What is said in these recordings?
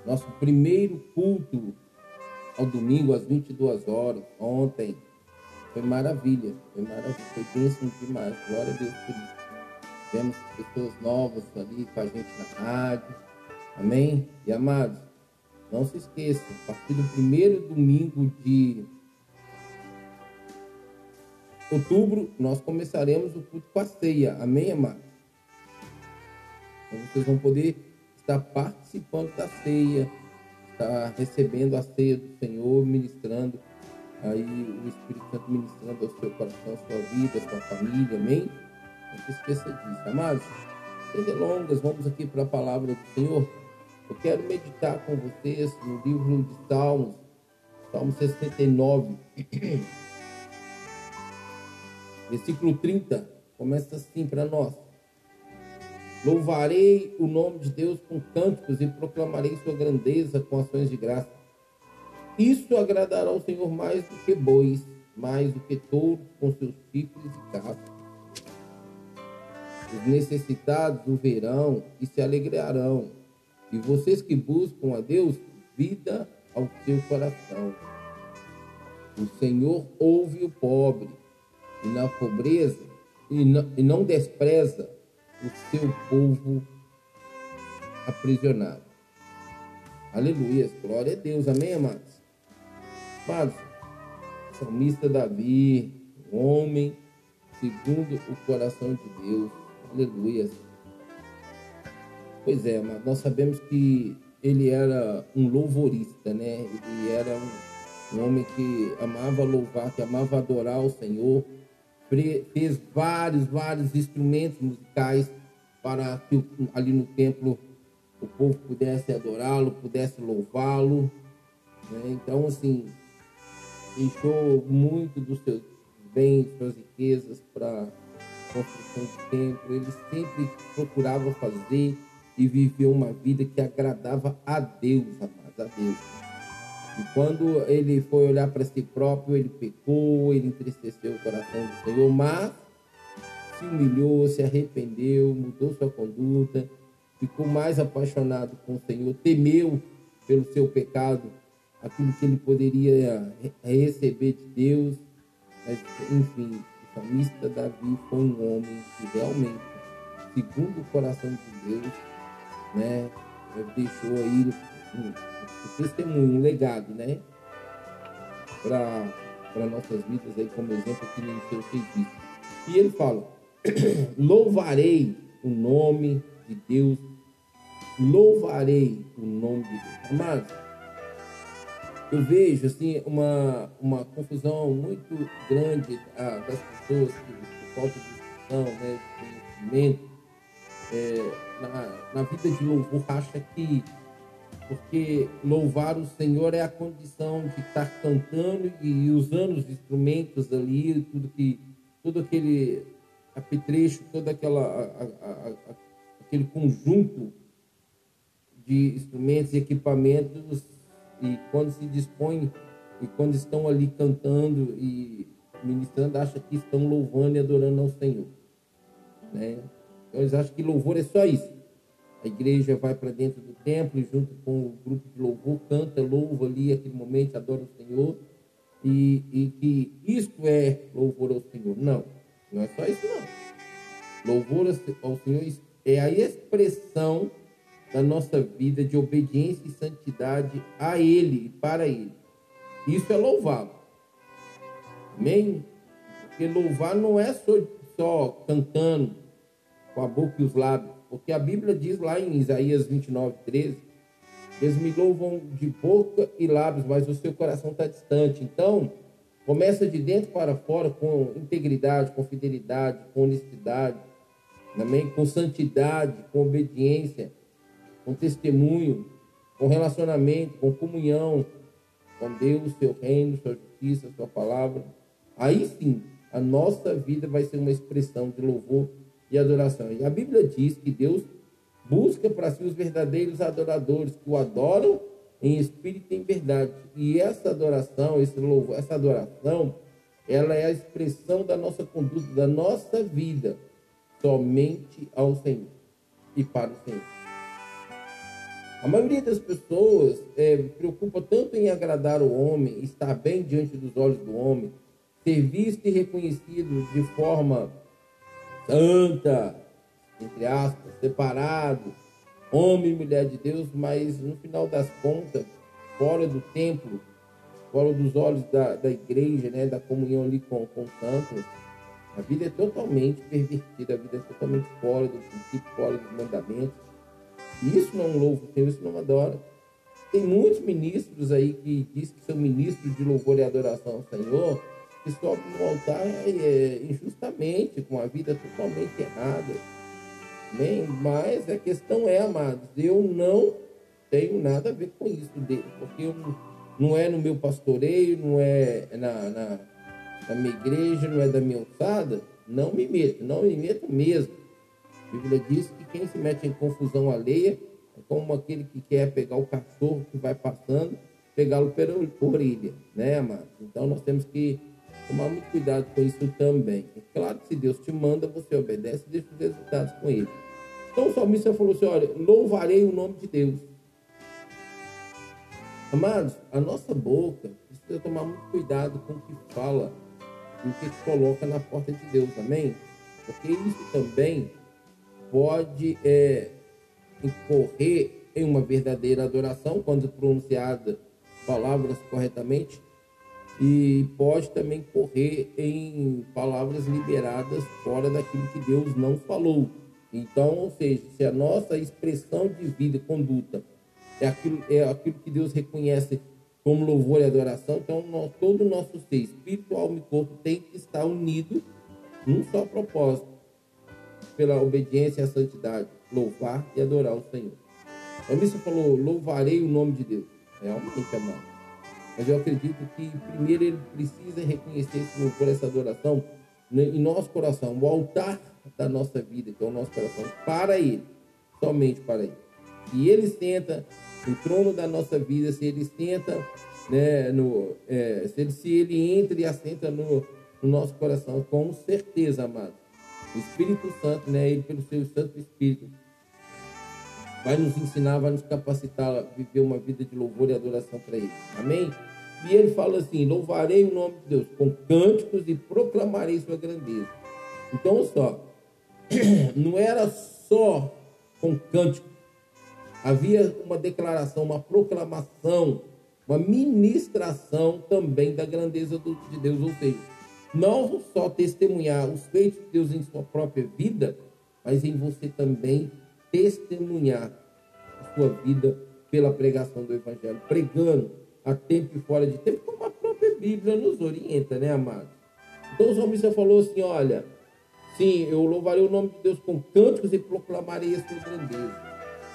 Nosso primeiro culto ao domingo, às 22 horas, ontem. Foi maravilha, foi bênção demais. Glória a Deus por isso. Vemos pessoas novas ali com a gente na rádio. Amém? E amados, não se esqueçam, a partir do primeiro domingo de outubro, nós começaremos o culto com a ceia. Amém, amados? Então vocês vão poder estar participando da ceia, estar recebendo a ceia do Senhor, ministrando aí o Espírito Santo ministrando ao seu coração, à sua vida, à sua família, amém? Não se esqueça disso, amados. Sem delongas, vamos aqui para a palavra do Senhor. Eu quero meditar com vocês no livro de Salmos, Salmo 69, versículo 30, começa assim para nós. Louvarei o nome de Deus com cânticos e proclamarei sua grandeza com ações de graça. Isso agradará ao Senhor mais do que bois, mais do que touros com seus chifres e cascos. Os necessitados o verão e se alegrarão, e vocês que buscam a Deus, vida ao seu coração. O Senhor ouve o pobre, e na pobreza, e não despreza o seu povo aprisionado. Aleluia, glória a Deus, amém, amados? Amados, salmista Davi, um homem segundo o coração de Deus, aleluia. Pois é, mas nós sabemos que ele era um louvorista, né? Ele era um homem que amava louvar, que amava adorar o Senhor. Fez vários instrumentos musicais para que ali no templo o povo pudesse adorá-lo, pudesse louvá-lo, né? Então, assim, deixou muito dos seus bens, suas riquezas para construção de templo. Ele sempre procurava fazer e viver uma vida que agradava a Deus, amados, a Deus. E quando ele foi olhar para si próprio, ele pecou, ele entristeceu o coração do Senhor, mas se humilhou, se arrependeu, mudou sua conduta, ficou mais apaixonado com o Senhor, temeu pelo seu pecado, aquilo que ele poderia receber de Deus. Mas, enfim, o salmista Davi foi um homem que realmente, segundo o coração de Deus, né, deixou aí um testemunho, um legado, né, para nossas vidas aí, como exemplo que nem seu serviço. E ele fala: louvarei o nome de Deus, louvarei o nome de Deus. Amados, eu vejo assim uma confusão muito grande das pessoas que, por falta de instrução, né, de conhecimento, na vida de louvor, acha que porque louvar o Senhor é a condição de estar cantando e usando os instrumentos ali, todo aquele apetrecho, todo aquele conjunto de instrumentos e equipamentos, e quando se dispõe e quando estão ali cantando e ministrando, acha que estão louvando e adorando ao Senhor, né? Então eles acham que louvor é só isso. A igreja vai para dentro do templo e junto com o grupo de louvor canta, louva ali aquele momento, adora o Senhor, e que isto é louvor ao Senhor. Não é só isso não. Louvor ao Senhor é a expressão da nossa vida de obediência e santidade a Ele e para Ele. Isso é louvá-lo. Amém? Porque louvar não é só cantando com a boca e os lábios, porque a Bíblia diz lá em Isaías 29:13, eles me louvam de boca e lábios, mas o seu coração está distante. Então, começa de dentro para fora, com integridade, com fidelidade, com honestidade, amém? Com santidade, com obediência, com testemunho, com relacionamento, com comunhão com Deus, seu reino, sua justiça, sua palavra. Aí sim, a nossa vida vai ser uma expressão de louvor e adoração. E a Bíblia diz que Deus busca para si os verdadeiros adoradores, que o adoram em espírito e em verdade. E essa adoração, esse louvor, essa adoração, ela é a expressão da nossa conduta, da nossa vida, somente ao Senhor e para o Senhor. A maioria das pessoas preocupa tanto em agradar o homem, estar bem diante dos olhos do homem, ser visto e reconhecido de forma santa, entre aspas, separado, homem e mulher de Deus, mas no final das contas, fora do templo, fora dos olhos da igreja, né, da comunhão ali com o santo, a vida é totalmente pervertida, a vida é totalmente fora do princípio, fora dos mandamentos. E isso não louva o Senhor, isso não adora. Tem muitos ministros aí que dizem que são ministros de louvor e adoração ao Senhor, que sobem no altar injustamente, com a vida totalmente errada. Bem, mas a questão é, amados, eu não tenho nada a ver com isso dele, porque não é no meu pastoreio, não é na minha igreja, não é da minha alçada, não me meto mesmo. A Bíblia diz que quem se mete em confusão alheia é como aquele que quer pegar o cachorro que vai passando, pegá-lo pela orelha, né, amados? Então nós temos que tomar muito cuidado com isso também. É claro que se Deus te manda, você obedece e deixa os resultados com ele. Então o salmista falou assim, olha, louvarei o nome de Deus. Amados, a nossa boca precisa tomar muito cuidado com o que fala e o que coloca na porta de Deus, amém? Porque isso também pode incorrer em uma verdadeira adoração, quando pronunciada palavras corretamente, e pode também correr em palavras liberadas fora daquilo que Deus não falou. Então, ou seja, se a nossa expressão de vida e conduta é aquilo que Deus reconhece como louvor e adoração, então todo o nosso ser, espírito, alma e corpo, tem que estar unido num só propósito, pela obediência e a santidade, louvar e adorar o Senhor. O salmista falou, louvarei o nome de Deus. Realmente, amado. Mas eu acredito que primeiro ele precisa reconhecer esse louvor, essa adoração em nosso coração, o altar da nossa vida, que é o nosso coração, para ele, somente para ele. E ele senta no trono da nossa vida, se ele senta, né, se ele entra e assenta no nosso coração, com certeza, amado. O Espírito Santo, né, ele pelo seu Santo Espírito, vai nos ensinar, vai nos capacitar a viver uma vida de louvor e adoração para ele. Amém? E ele fala assim, louvarei o nome de Deus com cânticos e proclamarei sua grandeza. Então, só, não era só com cântico. Havia uma declaração, uma proclamação, uma ministração também da grandeza de Deus. Ou seja, não só testemunhar os feitos de Deus em sua própria vida, mas em você também testemunhar a sua vida pela pregação do Evangelho, pregando a tempo e fora de tempo, como a própria Bíblia nos orienta, né, amados? Então o salmista falou assim, olha, sim, eu louvarei o nome de Deus com cânticos e proclamarei a sua grandeza.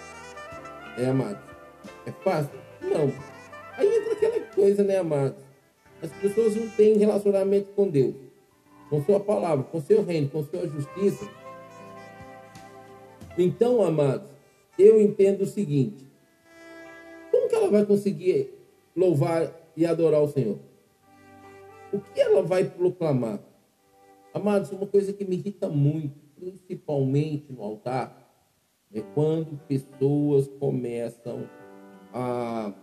Amados, é fácil? Não. Aí entra aquela coisa, né, amados? As pessoas não têm relacionamento com Deus, com sua palavra, com seu reino, com sua justiça. Então, amados, eu entendo o seguinte, como que ela vai conseguir louvar e adorar o Senhor? O que ela vai proclamar? Amados, uma coisa que me irrita muito, principalmente no altar, é quando pessoas começam a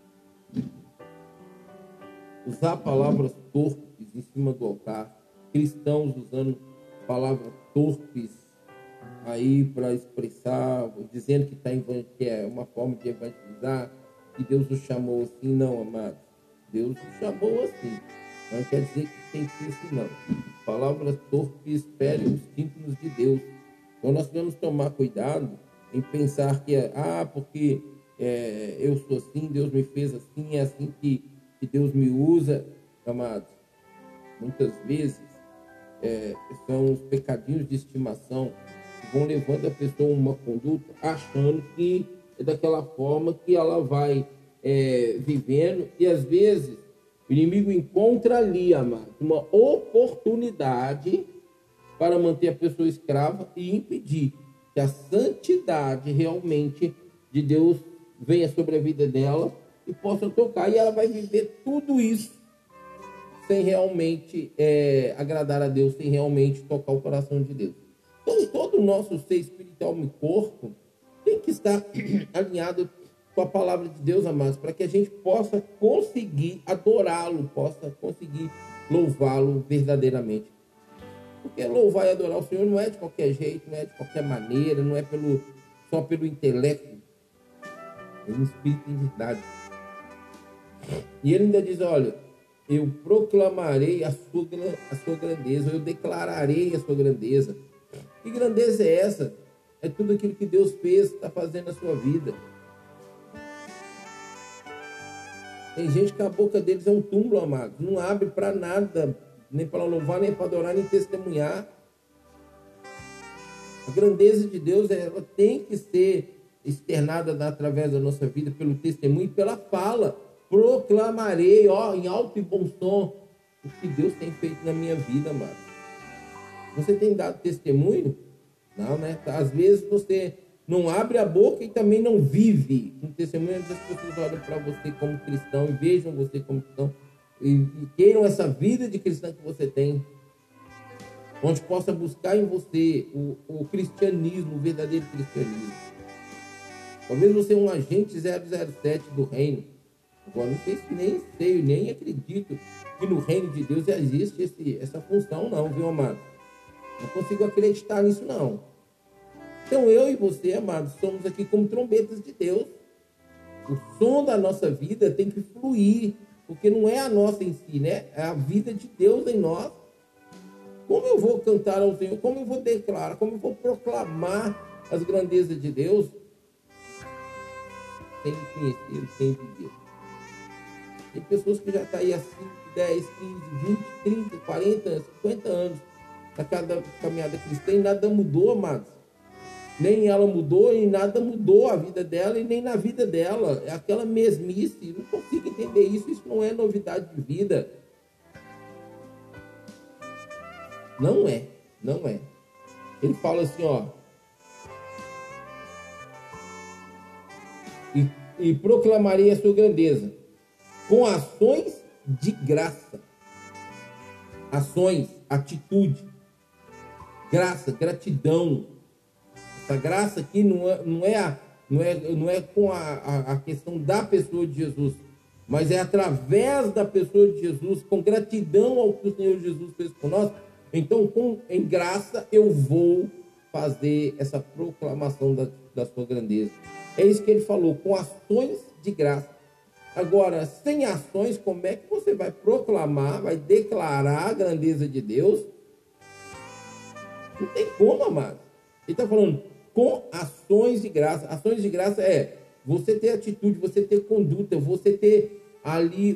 usar palavras torpes em cima do altar, cristãos usando palavras torpes aí para expressar, dizendo que é uma forma de evangelizar, que Deus nos chamou assim. Não, amados, Deus nos chamou assim, não quer dizer que tem que ser assim, não. Palavras torpes ferem os tímpanos de Deus. Então nós devemos tomar cuidado em pensar que porque eu sou assim, Deus me fez assim, é assim que Deus me usa, amados. Muitas vezes são os pecadinhos de estimação que vão levando a pessoa a uma conduta achando que é daquela forma que ela vai vivendo, e às vezes o inimigo encontra ali, amado, uma oportunidade para manter a pessoa escrava e impedir que a santidade realmente de Deus venha sobre a vida dela e possa tocar. E ela vai viver tudo isso sem realmente agradar a Deus, sem realmente tocar o coração de Deus. Então, todo o nosso ser espiritual e corpo tem que estar alinhado com a palavra de Deus, amados, para que a gente possa conseguir adorá-lo, possa conseguir louvá-lo verdadeiramente. Porque louvar e adorar o Senhor não é de qualquer jeito, não é de qualquer maneira, não é só pelo intelecto, é um espírito em verdade. E ele ainda diz, olha, eu proclamarei a sua grandeza, eu declararei a sua grandeza. Que grandeza é essa? É tudo aquilo que Deus fez, está fazendo na sua vida. Tem gente que a boca deles é um túmulo, amado. Não abre para nada, nem para louvar, nem para adorar, nem testemunhar. A grandeza de Deus, ela tem que ser externada através da nossa vida, pelo testemunho e pela fala. Proclamarei, em alto e bom som, o que Deus tem feito na minha vida, amado. Você tem dado testemunho? Não, né? Às vezes você não abre a boca e também não vive. Um testemunho, as pessoas olham para você como cristão e vejam você como cristão e queiram essa vida de cristão que você tem, onde possa buscar em você o cristianismo, o verdadeiro cristianismo. Talvez você é um agente 007 do reino. Agora, não sei se nem acredito que no reino de Deus existe essa função, não, viu, amado? Não consigo acreditar nisso, não. Então, eu e você, amados, somos aqui como trombetas de Deus. O som da nossa vida tem que fluir, porque não é a nossa em si, né? É a vida de Deus em nós. Como eu vou cantar ao Senhor? Como eu vou declarar? Como eu vou proclamar as grandezas de Deus? Sem conhecer, sem viver. Tem pessoas que já estão aí há 5, 10, 15, 20, 30, 40, 50 anos na caminhada cristã e nada mudou, amados. Nem ela mudou e nada mudou a vida dela e nem na vida dela. É aquela mesmice. Não consigo entender isso. Isso não é novidade de vida. Não é. Não é. Ele fala assim, e proclamarei a sua grandeza com ações de graça. Ações, atitude, graça, gratidão. Essa graça aqui não é com a questão da pessoa de Jesus, mas é através da pessoa de Jesus, com gratidão ao que o Senhor Jesus fez por nós. Então, em graça, eu vou fazer essa proclamação da sua grandeza. É isso que ele falou, com ações de graça. Agora, sem ações, como é que você vai proclamar, vai declarar a grandeza de Deus? Não tem como, amado. Ele está falando com ações de graça. Ações de graça é você ter atitude, você ter conduta, você ter ali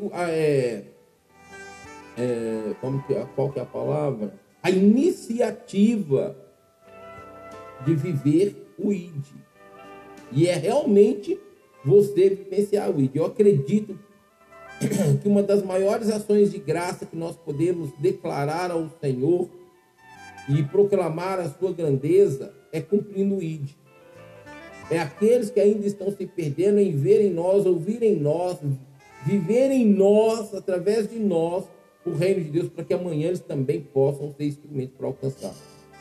qual que é a palavra? A iniciativa de viver o ID. E é realmente você vivenciar o ID. Eu acredito que uma das maiores ações de graça que nós podemos declarar ao Senhor e proclamar a sua grandeza é cumprindo o ID. É aqueles que ainda estão se perdendo em ver em nós, ouvir em nós, viver em nós, através de nós, o reino de Deus, para que amanhã eles também possam ser instrumentos para alcançar.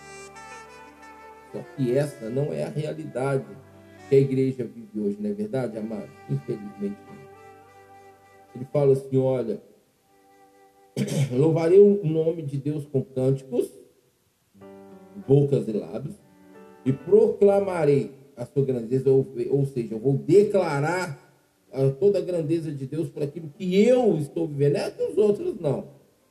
Só que essa não é a realidade que a igreja vive hoje, não é verdade, amado? Infelizmente não. Ele fala assim, olha, louvarei o nome de Deus com cânticos, bocas e lábios, e proclamarei a sua grandeza, ou seja, eu vou declarar toda a grandeza de Deus por aquilo que eu estou vivendo, não é dos outros, não.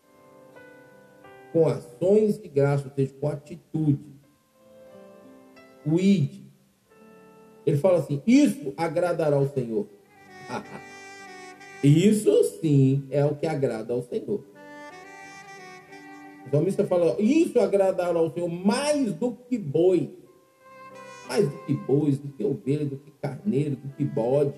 Com ações de graça, ou seja, com atitude. O ID. Ele fala assim, isso agradará ao Senhor. Isso sim é o que agrada ao Senhor. O salmista fala, isso agradará ao Senhor mais do que boi. Mais do que bois, do que ovelha, do que carneiro, do que bode.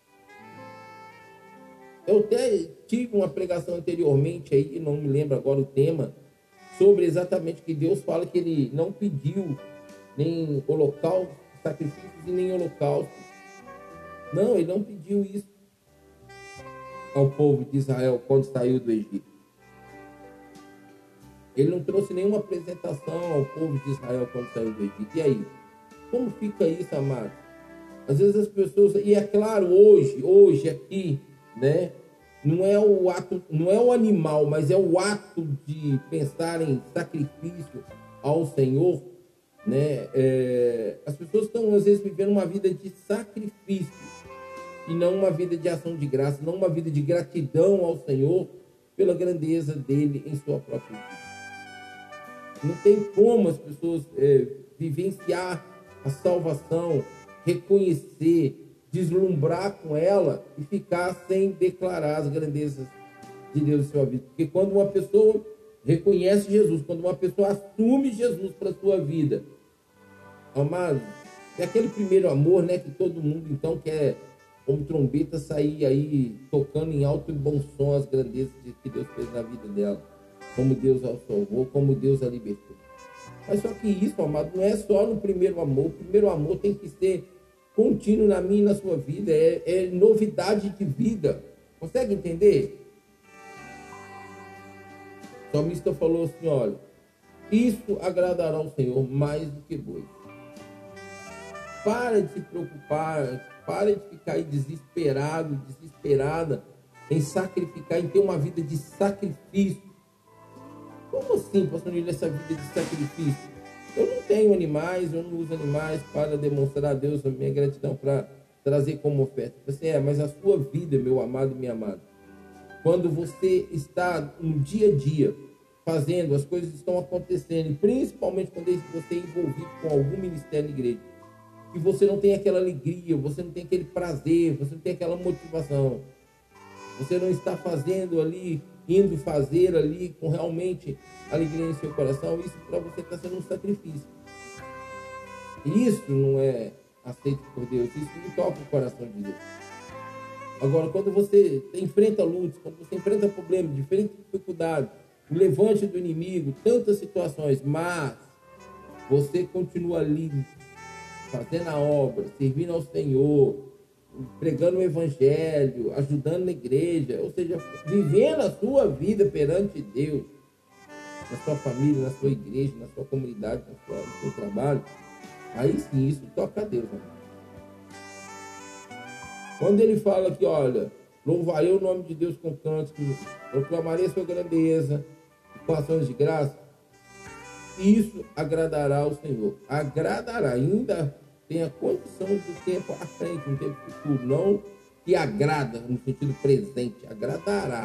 Eu até tive uma pregação anteriormente aí, não me lembro agora o tema, sobre exatamente que Deus fala que ele não pediu nem holocausto, sacrifícios e nem holocausto. Não, ele não pediu isso ao povo de Israel quando saiu do Egito. Ele não trouxe nenhuma apresentação ao povo de Israel quando saiu do Egito. E aí? Como fica isso, amado? Às vezes as pessoas, e é claro, hoje aqui, né? Não é o ato, não é o animal, mas é o ato de pensar em sacrifício ao Senhor, né? As pessoas estão às vezes vivendo uma vida de sacrifício e não uma vida de ação de graça, não uma vida de gratidão ao Senhor pela grandeza dele em sua própria vida. Não tem como as pessoas vivenciar a salvação, reconhecer, deslumbrar com ela e ficar sem declarar as grandezas de Deus em sua vida. Porque quando uma pessoa reconhece Jesus, quando uma pessoa assume Jesus para a sua vida, amado, é aquele primeiro amor, né, que todo mundo então quer, como trombeta, sair aí tocando em alto e bom som as grandezas que Deus fez na vida dela, como Deus a salvou, como Deus a libertou. Mas só que isso, amado, não é só no primeiro amor. O primeiro amor tem que ser contínuo na minha e na sua vida, é novidade de vida. Consegue entender? O salmista falou assim, olha, isso agradará ao Senhor mais do que bois. Para de se preocupar, para de ficar aí desesperado, desesperada em sacrificar, em ter uma vida de sacrifício. Como assim, pastor Nilo, essa vida de sacrifício? Eu não tenho animais, eu não uso animais para demonstrar a Deus a minha gratidão, para trazer como oferta. Você mas a sua vida, meu amado e minha amada, quando você está no dia a dia fazendo, as coisas estão acontecendo, principalmente quando você é envolvido com algum ministério na igreja, e você não tem aquela alegria, você não tem aquele prazer, você não tem aquela motivação, você não está fazendo ali, indo fazer ali com realmente alegria em seu coração, isso para você está sendo um sacrifício. E isso não é aceito por Deus, isso não toca o coração de Deus. Agora, quando você enfrenta lutas, quando você enfrenta problemas, diferentes dificuldades, o levante do inimigo, tantas situações, mas você continua ali fazendo a obra, servindo ao Senhor, pregando o evangelho, ajudando na igreja, ou seja, vivendo a sua vida perante Deus, na sua família, na sua igreja, na sua comunidade, no seu trabalho, aí sim, isso toca a Deus, amado. Quando ele fala aqui, olha, louvarei o nome de Deus com cânticos, proclamarei a sua grandeza, com ações de graça, isso agradará ao Senhor. Agradará, ainda tem a condição do tempo à frente, um tempo futuro, não que agrada no sentido presente, agradará.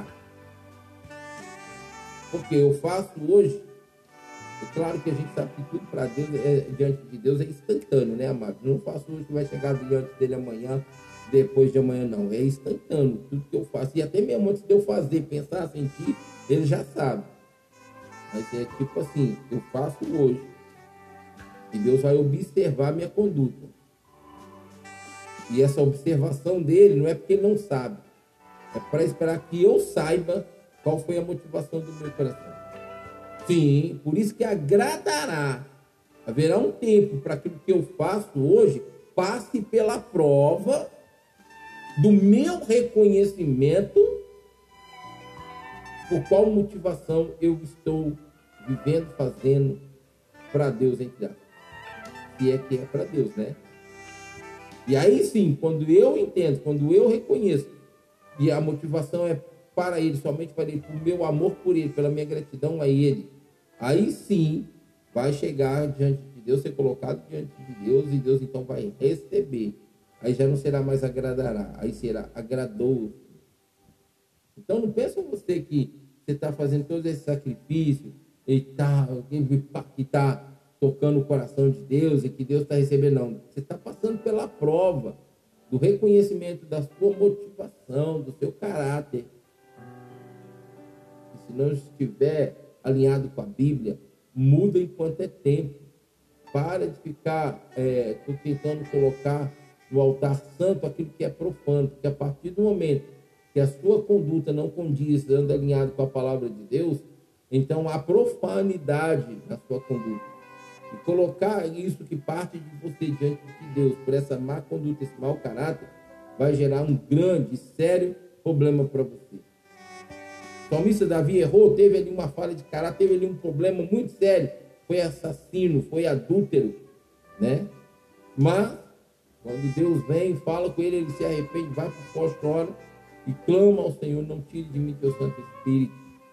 Porque eu faço hoje, é claro que a gente sabe que tudo para Deus, diante de Deus, é instantâneo, né, amado? Não faço hoje que vai chegar diante dele amanhã, depois de amanhã, não. É instantâneo, tudo que eu faço. E até mesmo antes de eu fazer, pensar, sentir, ele já sabe. Mas é tipo assim, eu faço hoje. E Deus vai observar a minha conduta. E essa observação dele não é porque ele não sabe. É para esperar que eu saiba qual foi a motivação do meu coração. Sim, por isso que agradará. Haverá um tempo para aquilo que eu faço hoje passe pela prova do meu reconhecimento por qual motivação eu estou vivendo, fazendo para Deus, entre aspas. Se é que é para Deus, né? E aí sim, quando eu entendo, quando eu reconheço, e a motivação é para Ele, somente para Ele, por meu amor por Ele, pela minha gratidão a Ele, aí sim vai chegar diante de Deus, ser colocado diante de Deus, e Deus então vai receber. Aí já não será mais agradará, aí será agradou. Então não pensa você que você está fazendo todo esse sacrifício e está tocando o coração de Deus e que Deus está recebendo, não. Você está passando pela prova do reconhecimento da sua motivação, do seu caráter. E se não estiver alinhado com a Bíblia, muda enquanto é tempo. Para de ficar tentando colocar no altar santo aquilo que é profano, porque a partir do momento que a sua conduta não condiz, anda alinhado com a palavra de Deus, então há profanidade na sua conduta. E colocar isso que parte de você diante de Deus por essa má conduta, esse mau caráter, vai gerar um grande e sério problema para você. O salmista Davi errou, teve ali uma falha de caráter, teve ali um problema muito sério. Foi assassino, foi adúltero, né? Mas Quando Deus vem, fala com ele se arrepende, vai para o poste, ora e clama ao Senhor, não tire de mim teu Santo Espírito.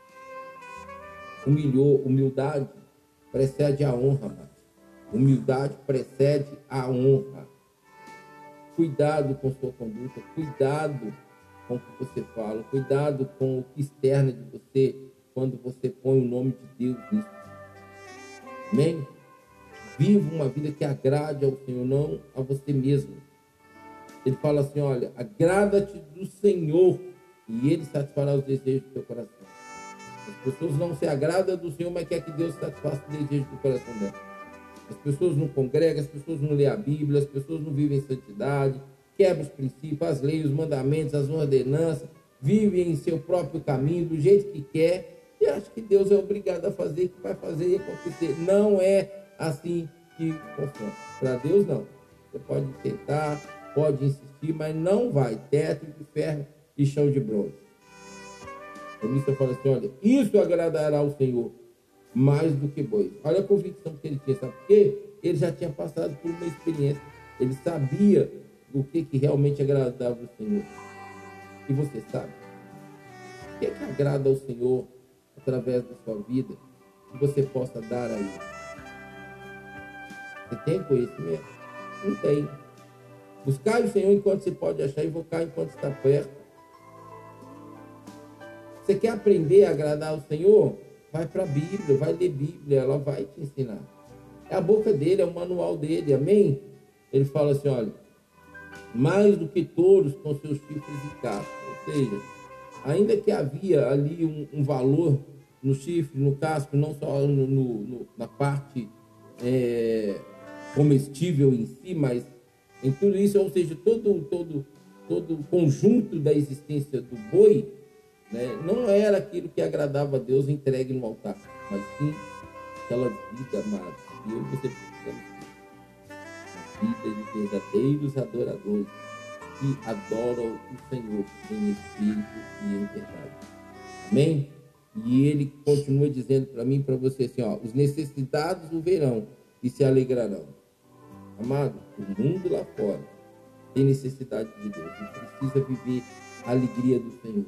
Humildade precede a honra, mas humildade precede a honra. Cuidado com sua conduta, cuidado com o que você fala, cuidado com o que externa de você quando você põe o nome de Deus nisso. Amém? Viva uma vida que agrade ao Senhor, não a você mesmo. Ele fala assim, olha, agrada-te do Senhor e Ele satisfará os desejos do teu coração. As pessoas não se agradam do Senhor, mas quer que Deus satisfaça os desejos do coração dela. As pessoas não congregam, as pessoas não lêem a Bíblia, as pessoas não vivem em santidade, quebram os princípios, as leis, os mandamentos, as ordenanças, vivem em seu próprio caminho, do jeito que quer, e acha que Deus é obrigado a fazer, que vai fazer acontecer. Não é assim que funciona. Para Deus, não. Você pode tentar, pode insistir, mas não vai. Teto de ferro e chão de bronze. Por isso eu falo assim, olha, isso agradará ao Senhor mais do que bois. Olha a convicção que ele tinha, sabe por quê? Ele já tinha passado por uma experiência. Ele sabia o que realmente agradava ao Senhor. E você sabe? O que agrada ao Senhor através da sua vida que você possa dar a Ele? Você tem conhecimento? Não tem. Buscar o Senhor enquanto você pode achar, invocar enquanto está perto. Você quer aprender a agradar ao Senhor? Vai para a Bíblia, vai ler Bíblia, ela vai te ensinar. É a boca dele, é o manual dele, amém? Ele fala assim, olha, mais do que touros com seus chifres e cascos. Ou seja, ainda que havia ali um valor no chifre, no casco, não só na parte comestível em si, mas em tudo isso, ou seja, todo o conjunto da existência do boi, né, não era aquilo que agradava a Deus entregue no altar, mas sim aquela vida amada. E eu e você precisamos a vida de verdadeiros adoradores que adoram o Senhor em espírito e em verdade. Amém? E ele continua dizendo para mim e para você assim, ó, os necessitados o verão e se alegrarão. Amado, o mundo lá fora tem necessidade de Deus e precisa viver a alegria do Senhor.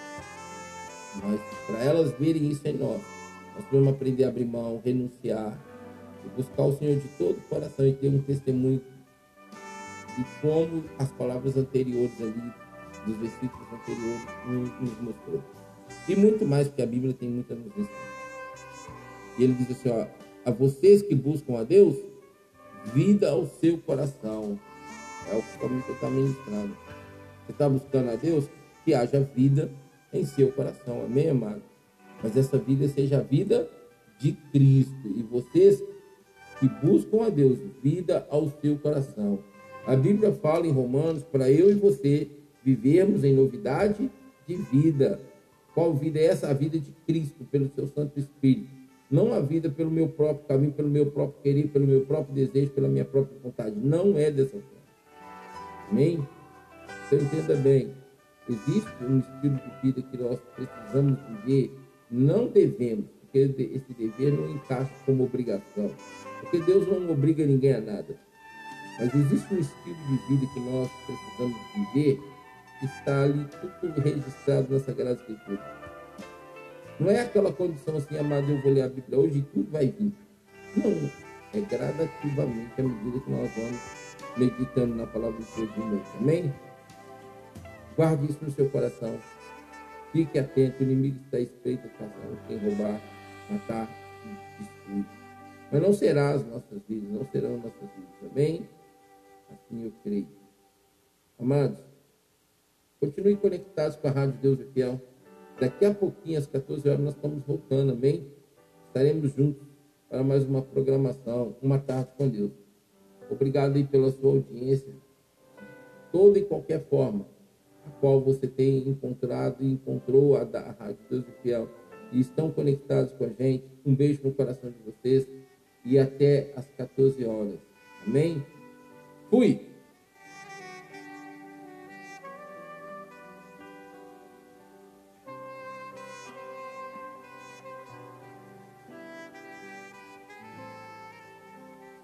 Mas para elas verem isso em nós vamos aprender a abrir mão, renunciar e buscar o Senhor de todo o coração e ter um testemunho de como as palavras anteriores ali, dos versículos anteriores, nos mostrou. E muito mais, porque a Bíblia tem muita nos ensinar. E ele diz assim, ó, a vocês que buscam a Deus, vida ao seu coração. É o que está ministrando. Você está buscando a Deus? Que haja vida em seu coração. Amém, amado? Mas essa vida seja a vida de Cristo. E vocês que buscam a Deus, vida ao seu coração. A Bíblia fala em Romanos para eu e você vivermos em novidade de vida. Qual vida é essa? A vida de Cristo, pelo seu Santo Espírito. Não a vida pelo meu próprio caminho, pelo meu próprio querer, pelo meu próprio desejo, pela minha própria vontade. Não é dessa forma. Amém? Você entenda bem. Existe um estilo de vida que nós precisamos viver. Não devemos, porque esse dever não encaixa como obrigação. Porque Deus não obriga ninguém a nada. Mas existe um estilo de vida que nós precisamos viver que está ali tudo registrado na Sagrada Escritura. Não é aquela condição assim, amado, eu vou ler a Bíblia hoje e tudo vai vir. Não, é gradativamente à medida que nós vamos meditando na palavra do Senhor de noite. Amém? Guarde isso no seu coração. Fique atento, o inimigo está espreito, quem roubar, matar e destruir. Mas não será as nossas vidas, não serão nossas vidas. Amém? Assim eu creio. Amados, continue conectados com a Rádio Deus é Fiel. Daqui a pouquinho, às 14 horas, nós estamos voltando, amém? Estaremos juntos para mais uma programação, uma tarde com Deus. Obrigado aí pela sua audiência. Toda e qualquer forma a qual você tem encontrado e encontrou a Rádio Deus é Fiel e estão conectados com a gente. Um beijo no coração de vocês e até às 14 horas. Amém? Fui!